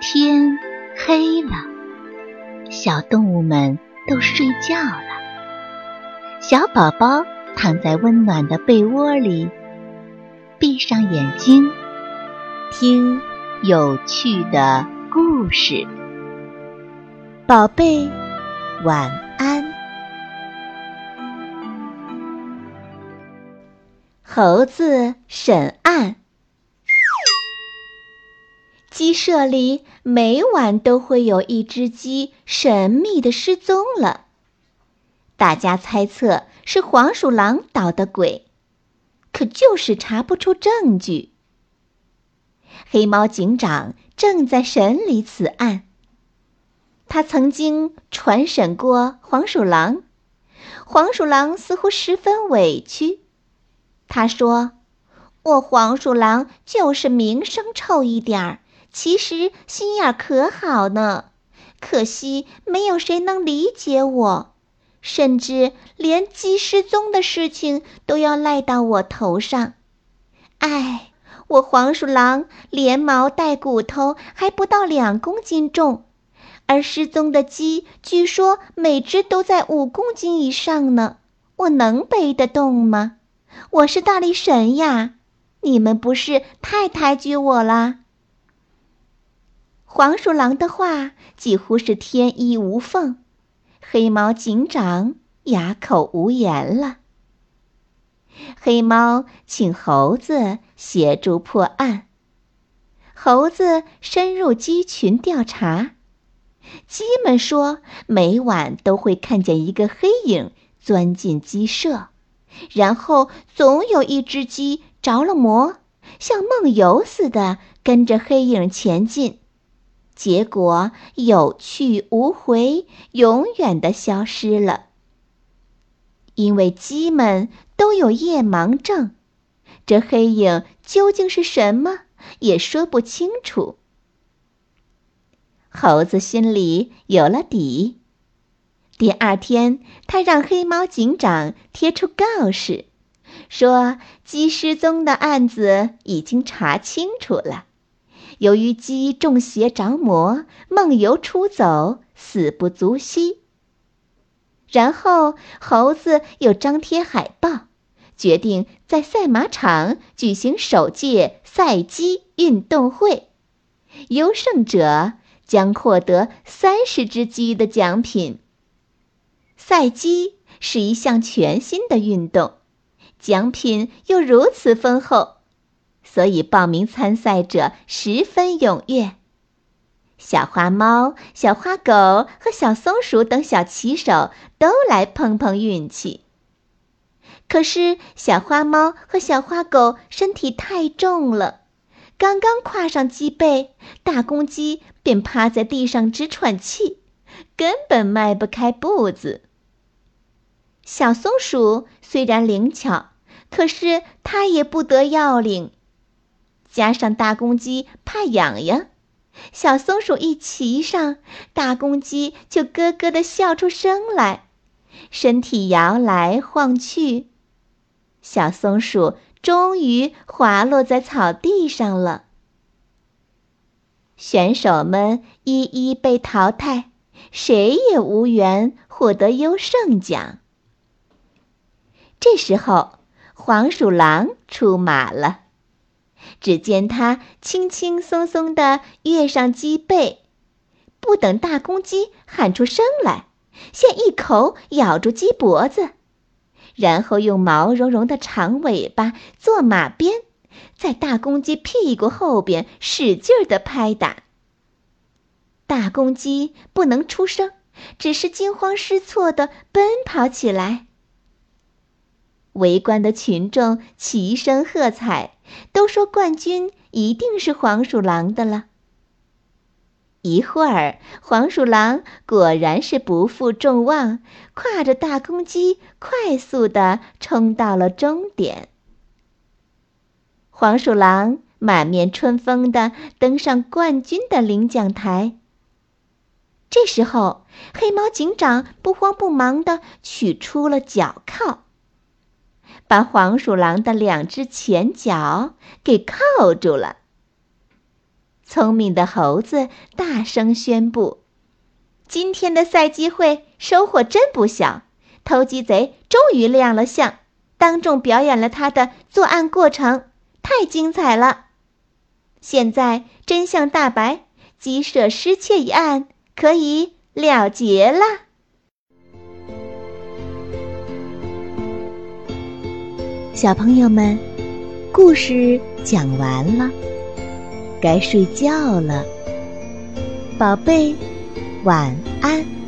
天黑了，小动物们都睡觉了。小宝宝躺在温暖的被窝里，闭上眼睛，听有趣的故事。宝贝，晚安。猴子审案。鸡舍里每晚都会有一只鸡神秘地失踪了，大家猜测是黄鼠狼捣的鬼，可就是查不出证据。黑猫警长正在审理此案，他曾经传审过黄鼠狼，黄鼠狼似乎十分委屈。他说：“我黄鼠狼就是名声臭一点儿，其实心眼可好呢，可惜没有谁能理解我，甚至连鸡失踪的事情都要赖到我头上。唉，我黄鼠狼连毛带骨头还不到2公斤重，而失踪的鸡据说每只都在5公斤以上呢，我能背得动吗？我是大力神呀，你们不是太抬举我啦？”黄鼠狼的话几乎是天衣无缝，黑猫警长哑口无言了。黑猫请猴子协助破案，猴子深入鸡群调查。鸡们说，每晚都会看见一个黑影钻进鸡舍，然后总有一只鸡着了魔，像梦游似的跟着黑影前进，结果有去无回，永远地消失了。因为鸡们都有夜盲症，这黑影究竟是什么也说不清楚。猴子心里有了底。第2天，他让黑猫警长贴出告示，说鸡失踪的案子已经查清楚了，由于鸡中邪着魔，梦游出走，死不足惜。然后猴子又张贴海报，决定在赛马场举行首届赛鸡运动会，优胜者将获得30只鸡的奖品。赛鸡是一项全新的运动，奖品又如此丰厚，所以报名参赛者十分踊跃。小花猫、小花狗和小松鼠等小骑手都来碰碰运气。可是小花猫和小花狗身体太重了，刚刚跨上鸡背，大公鸡便趴在地上直喘气，根本迈不开步子。小松鼠虽然灵巧，可是它也不得要领，加上大公鸡怕痒痒，小松鼠一骑上，大公鸡就咯咯地笑出声来，身体摇来晃去。小松鼠终于滑落在草地上了。选手们一一被淘汰，谁也无缘获得优胜奖。这时候，黄鼠狼出马了。只见他轻轻松松地跃上鸡背，不等大公鸡喊出声来，先一口咬住鸡脖子，然后用毛茸茸的长尾巴做马鞭，在大公鸡屁股后边使劲地拍打。大公鸡不能出声，只是惊慌失措地奔跑起来。围观的群众齐声喝彩，都说冠军一定是黄鼠狼的了。一会儿，黄鼠狼果然是不负众望，挎着大公鸡快速地冲到了终点。黄鼠狼满面春风地登上冠军的领奖台。这时候，黑猫警长不慌不忙地取出了脚铐，把黄鼠狼的2只前脚给铐住了。 聪明的猴子大声宣布：今天的赛鸡会收获真不小，偷鸡贼终于亮了相，当众表演了他的作案过程，太精彩了。现在真相大白，鸡舍失窃一案可以了结了。小朋友们，故事讲完了，该睡觉了，宝贝，晚安。